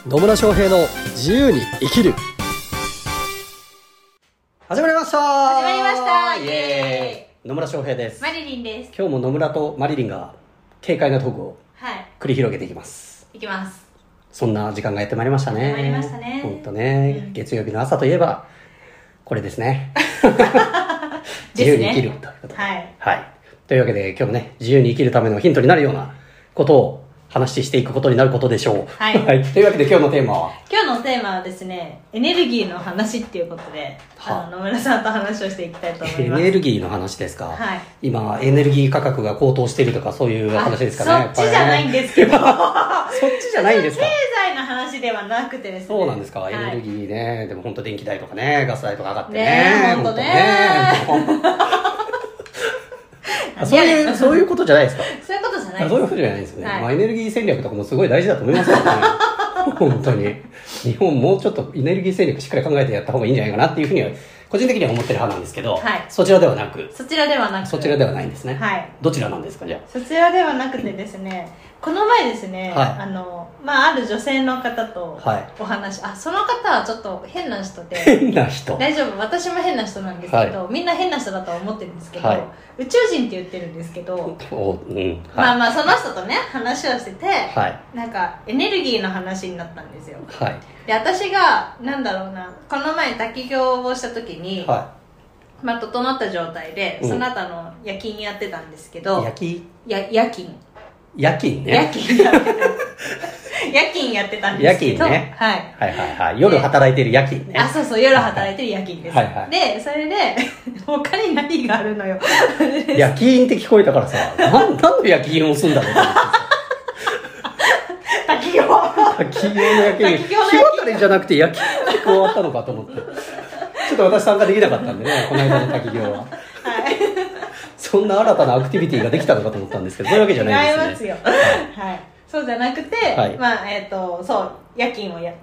野村翔平の自由に生きる。始まりましたイエーイ。野村翔平です。 マリリンです。 今日も野村とマリリンが軽快なトークを繰り広げていきます。 いきます。 そんな時間がやってまいりましたね。 やってまいりましたね。 ほんとね、月曜日の朝といえばこれですね。自由に生きるということで、はい、というわけで今日もね、自由に生きるためのヒントになるようなことを話していくことになることでしょう。はい、はい、というわけで今日のテーマはですね、エネルギーの話っていうことで、野村さんと話をしていきたいと思います。 エネルギーの話ですか。 はい、 今エネルギー価格が高騰しているとかそういう話ですかね。 そっちじゃないんですけど。そっちじゃないんですか。 経済の話ではなくてですね。 そうなんですか。はい、エネルギーね、でも本当電気代とかね、ガス代とか上がってね。 ね、本当ね。 そういうことじゃないですか。 そういうことじゃないです。 そういうことじゃないですよね。 はい、 エネルギー戦略とかもすごい大事だと思いますからね。本当に。日本もうちょっとエネルギー戦略しっかり考えてやった方がいいんじゃないかなっていうふうには、個人的には思ってる派なんですけど、はい、そちらではなく。 そちらではないんですね。 はい。どちらなんですか、じゃあ。 そちらではなくてですね、この前ですね、はい、ある女性の方とお話、はい、その方はちょっと変な人で。 変な人。 大丈夫、私も変な人なんですけど、はい、みんな変な人だとは思ってるんですけど、はい、宇宙人って言ってるんですけど、 うん、 はい、その人とね、話をしてて、はい、なんかエネルギーの話になったんですよ。はい、で、私が、この前滝行をした時に、はい、整った状態で、その後夜勤やってたんですけど、夜勤夜勤ね。 夜勤やってたんですけど、 ね、はい。夜働いてる夜勤ね。 そう、夜働いてる夜勤です。はいはい。で、それで、他に何があるのよ。 夜勤って聞こえたからさ、何の夜勤をすんだろうと思ってさ。 滝行の夜勤。日渡りじゃなくて夜勤って加わったのかと思って。ちょっと私参加できなかったんでね、この間の滝行は。はい。そんな新たなアクティビティができたのかと思ったんですけど、そういうわけじゃないですね。 違いますよ。はい。そうじゃなくて、はい、そう、夜勤をやって、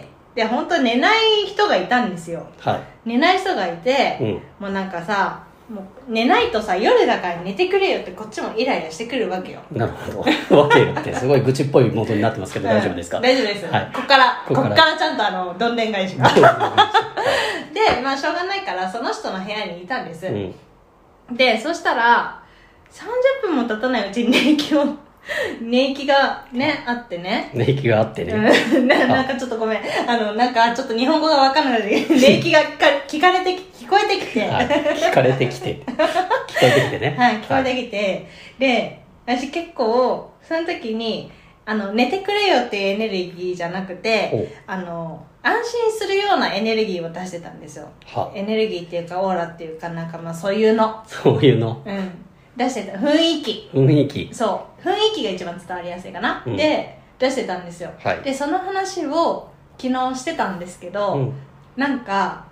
で、本当寝ない人がいたんですよ。はい。寝ない人がいて、もうなんかさ、もう寝ないとさ、夜だから寝てくれよってこっちもイライラしてくるわけよ。 なるほど。わけよってすごい愚痴っぽいモードになってますけど、大丈夫ですか？ 大丈夫です。はい。こっからちゃんとどんでん返しが。で、しょうがないからその人の部屋にいたんです。で、そしたら、30分も経たないうちに寝息がね、あってね。 寝息があってね。 なんかちょっとごめん。なんかちょっと日本語がわかんないので、寝息が聞こえてきて。 はい、聞こえてきてね。 はい、聞こえてきて。で、私結構、その時に、寝てくれよっていうエネルギーじゃなくて、安心するようなエネルギーを出してたんですよ。エネルギーっていうか、オーラっていうか、そういうの。 そういうの。 うん。出してた。雰囲気。そう。雰囲気が一番伝わりやすいかな。で、出してたんですよ。はい。で、その話を昨日してたんですけど、なんか、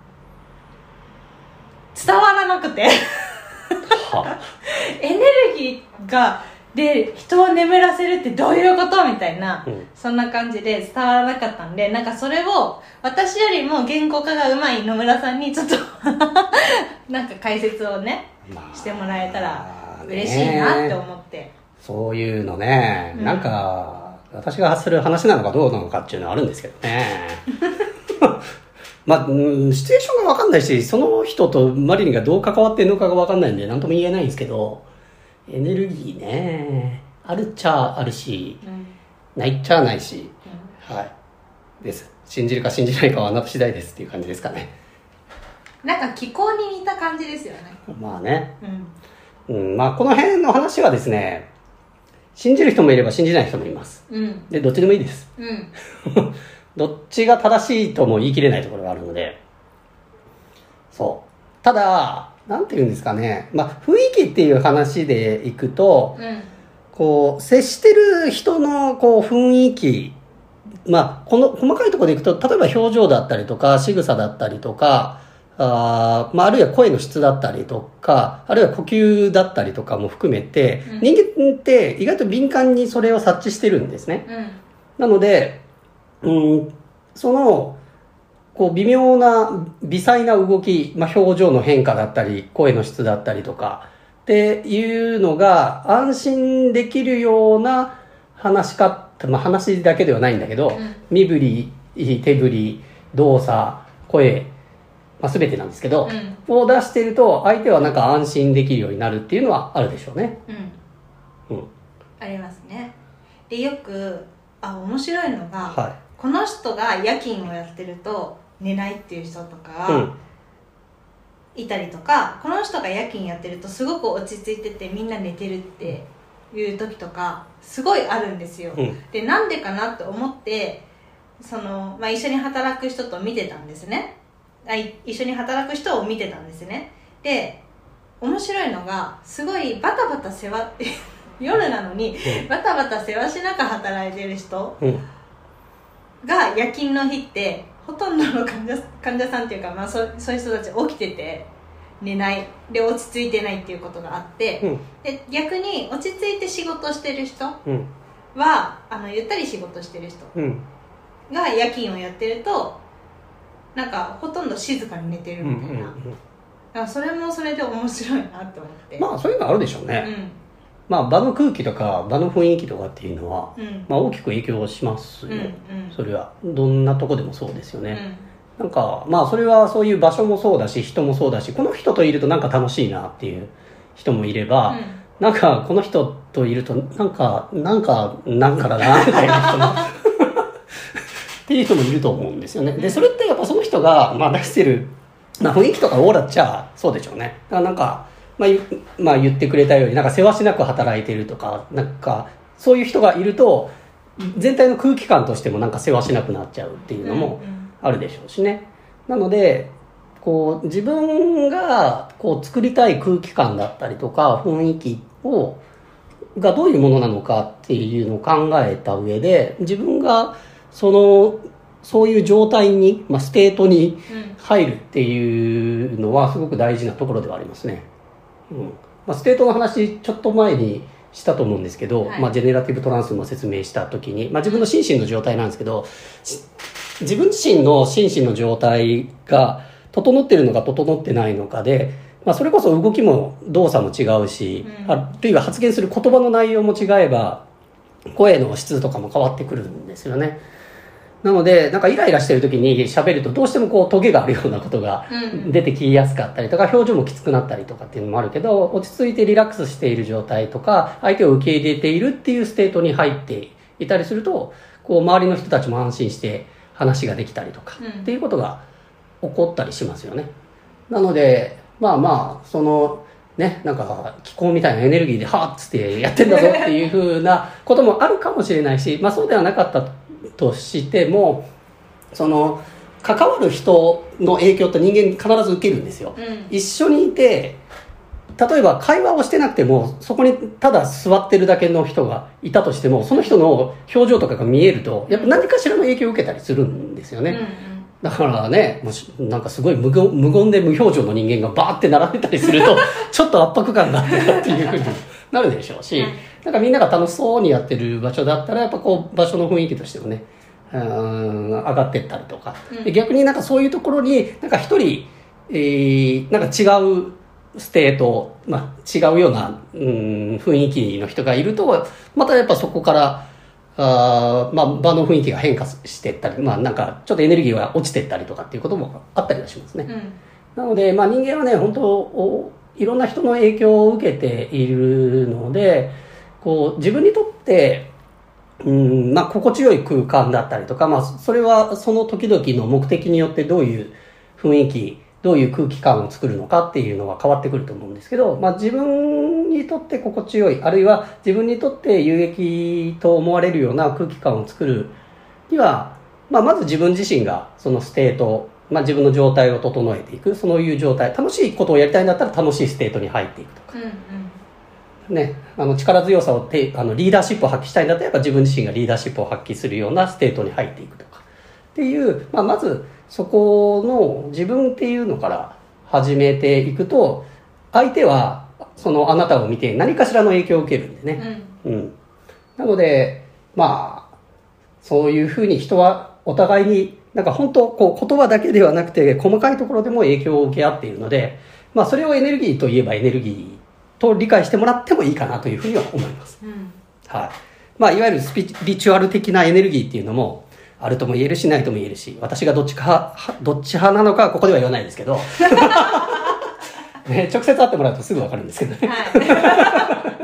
伝わらなくて。エネルギーで人を眠らせるってどういうことみたいな、そんな感じで伝わらなかったんで、なんかそれを私よりも言語化がうまい野村さんにちょっとなんか解説をね、してもらえたら嬉しいなって思って。 そういうのね、なんか私が発する話なのかどうなのかっていうのはあるんですけどね。シチュエーションが分かんないし、その人とマリリンがどう関わってるのかが分かんないんで何とも言えないんですけど、エネルギーね、あるっちゃあるし、ないっちゃないし、はい。です。信じるか信じないかはあなた次第ですっていう感じですかね。 なんか気候に似た感じですよね。 まあね。この辺の話はですね、信じる人もいれば信じない人もいます。で、どっちでもいいです。どっちが正しいとも言い切れないところがあるので、そう。ただ、なんていうんですかね、雰囲気っていう話でいくと、接してる人の雰囲気、この細かいところでいくと、例えば表情だったりとか仕草だったりとか、あるいは声の質だったりとか、あるいは呼吸だったりとかも含めて、人間って意外と敏感にそれを察知してるんですね。なので、その微妙な微細な動き、表情の変化だったり声の質だったりとかっていうのが安心できるような話し方まあ、話だけではないんだけど、身振り、手振り、動作、声、まあ、全てなんですけど、を出していると相手はなんか安心できるようになるっていうのはあるでしょうね。 ありますね。でよく面白いのが、この人が夜勤をやってると寝ないっていう人とかいたりとか、この人が夜勤やってるとすごく落ち着いててみんな寝てるっていう時とかすごいあるんですよ。でなんでかなと思って一緒に働く人と見てたんですね。一緒に働く人を見てたんですね。で面白いのがすごいバタバタ夜なのにバタバタせわしなく働いてる人が夜勤の日ってほとんどの患者さんっていうか、そういう人たち起きてて寝ないで落ち着いてないっていうことがあって、で逆に落ち着いて仕事してる人は、ゆったり仕事してる人が夜勤をやってるとなんかほとんど静かに寝てるみたいな、だからそれもそれで面白いなと思って。 まあそういうのあるでしょうね。まあ場の空気とか場の雰囲気とかっていうのは、まあ大きく影響しますよ。それはどんなとこでもそうですよね。なんかまあそれはそういう場所もそうだし人もそうだし、この人といるとなんか楽しいなっていう人もいれば、なんかこの人といるとなんかだなみたいな人もっていう人もいると思うんですよね。でそれってやっぱその人がまあ出してる、まあ、雰囲気とかオーラっちゃそうでしょうね。だからなんかまあ言ってくれたようになんかせわしなく働いてるとか、なんかそういう人がいると全体の空気感としてもなんかせわしなくなっちゃうっていうのもあるでしょうしね。なのでこう自分がこう作りたい空気感だったりとか雰囲気がどういうものなのかっていうのを考えた上で、自分がそういう状態に、ステートに入るっていうのはすごく大事なところではありますね。ステートの話ちょっと前にしたと思うんですけど、ジェネラティブトランスの説明した時に、自分の心身の状態なんですけど、自分自身の心身の状態が整ってるのか整ってないのかで、それこそ動きも動作も違うし、あるいは発言する言葉の内容も違えば声の質とかも変わってくるんですよね。なのでなんかイライラしてる時に喋るとどうしてもこうトゲがあるようなことが出てきやすかったりとか、表情もきつくなったりとかっていうのもあるけど、落ち着いてリラックスしている状態とか相手を受け入れているっていうステートに入っていたりすると、こう周りの人たちも安心して話ができたりとかっていうことが起こったりしますよね。なのでなんか気候みたいなエネルギーではーっつってやってんだぞっていう風なこともあるかもしれないし、そうではなかったとしても、関わる人の影響って人間必ず受けるんですよ。一緒にいて例えば会話をしてなくてもそこにただ座ってるだけの人がいたとしても、その人の表情とかが見えるとやっぱ何かしらの影響を受けたりするんですよね。だからね、なんかすごい無言で無表情の人間がバーって並べたりするとちょっと圧迫感があるなっていうふうになるでしょうし、なんかみんなが楽しそうにやってる場所だったらやっぱこう場所の雰囲気としてもね上がってったりとか、で逆になんかそういうところになんか一人、なんか違うステート、違うような、雰囲気の人がいるとまたやっぱそこから場の雰囲気が変化していったり、なんかちょっとエネルギーが落ちていったりとかっていうこともあったりはしますね。なので、人間はね、本当いろんな人の影響を受けているので、こう自分にとって心地よい空間だったりとか、それはその時々の目的によってどういう雰囲気、どういう空気感を作るのかっていうのは変わってくると思うんですけど、自分にとって心地よい、あるいは自分にとって有益と思われるような空気感を作るには、まず自分自身がそのステート、自分の状態を整えていく、そういう状態、楽しいことをやりたいんだったら楽しいステートに入っていくとか、力強さをリーダーシップを発揮したいんだったらやっぱ自分自身がリーダーシップを発揮するようなステートに入っていくとかっていう、まずそこの自分っていうのから始めていくと、相手はそのあなたを見て何かしらの影響を受けるんでね、なのでそういうふうに人はお互いになんか本当こう言葉だけではなくて細かいところでも影響を受け合っているので、それをエネルギーといえばエネルギーと理解してもらってもいいかなというふうには思います。 まあ、いわゆるスピリチュアル的なエネルギーっていうのも、あるとも言えるし、ないとも言えるし、私がどっち派なのかはここでは言わないですけど、ね、直接会ってもらうとすぐわかるんですけどね。 はい。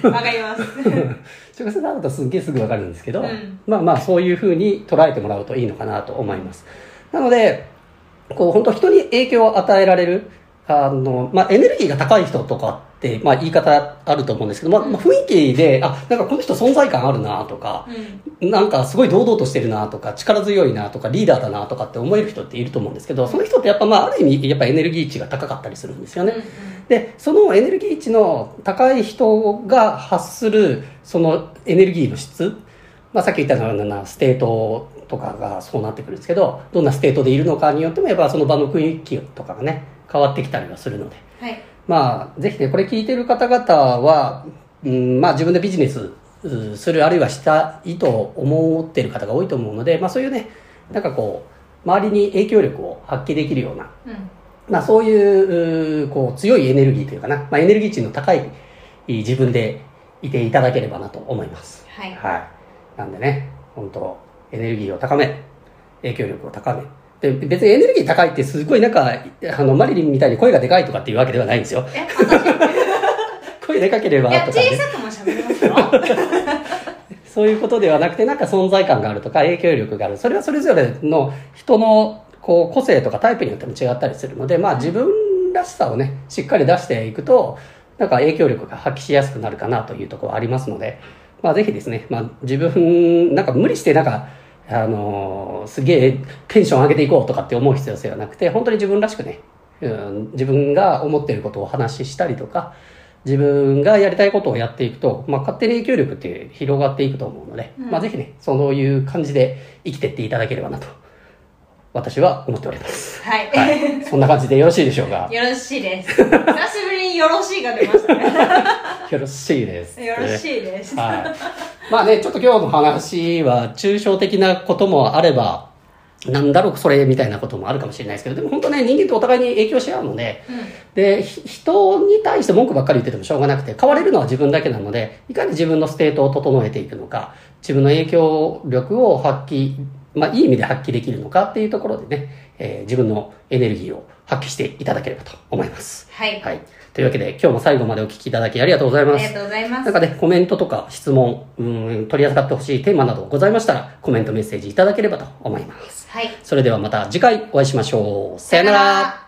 わかります。 直接会うとすぐわかるんですけど、まあまあそういう風に捉えてもらうといいのかなと思います。なので、こう本当人に影響を与えられる、まあエネルギーが高い人とかって、まあ言い方あると思うんですけど、まあ雰囲気で、なんかこの人存在感あるなとか、なんかすごい堂々としてるなとか、力強いなとか、リーダーだなとかって思える人っていると思うんですけど、その人ってやっぱまあある意味やっぱエネルギー値が高かったりするんですよね。で、そのエネルギー値の高い人が発するそのエネルギーの質、まあさっき言ったようなステートとかがそうなってくるんですけど、どんなステートでいるのかによってもやっぱその場の雰囲気とかがね、変わってきたりはするので、はい、まあぜひねこれ聞いてる方々は、まあ自分でビジネスするあるいはしたいと思ってる方が多いと思うので、まあそういうねなんかこう周りに影響力を発揮できるような、まあそういうこう強いエネルギーというかな、まあエネルギー値の高い自分でいていただければなと思います。はい。はい。なんでね本当エネルギーを高め影響力を高め。で別にエネルギー高いってすごいなんかマリリンみたいに声がでかいとかっていうわけではないんですよ。声でかければとか、ね、 いや小さくも喋りますよ。 そういうことではなくてなんか存在感があるとか影響力がある。それはそれぞれの人のこう個性とかタイプによっても違ったりするので、まあ自分らしさをねしっかり出していくとなんか影響力が発揮しやすくなるかなというところはありますので、まあぜひですね、まあ自分なんか無理してなんかすげえテンション上げていこうとかって思う必要性はなくて、本当に自分らしくね、自分が思っていることをお話ししたりとか、自分がやりたいことをやっていくと、まあ勝手に影響力って広がっていくと思うので、まあぜひね、そういう感じで生きてっていただければなと、私は思っております。はい。はい、そんな感じでよろしいでしょうか。 よろしいです。久しぶりによろしいが出ましたね。 よろしいです。 よろしいです。はい。 まあね、ちょっと今日の話は抽象的なこともあれば、なんだろうそれみたいなこともあるかもしれないですけど、でも本当ね、人間ってお互いに影響し合うので、で、人に対して文句ばっかり言っててもしょうがなくて、変われるのは自分だけなので、いかに自分のステートを整えていくのか、自分の影響力を発揮、まあいい意味で発揮できるのかっていうところでね、自分のエネルギーを発揮していただければと思います。はい。はい。というわけで、今日も最後までお聞きいただきありがとうございます。 ありがとうございます。 なんかね、コメントとか質問、取り扱ってほしいテーマなどございましたら、コメントメッセージいただければと思います。はい。それではまた次回お会いしましょう。さよなら。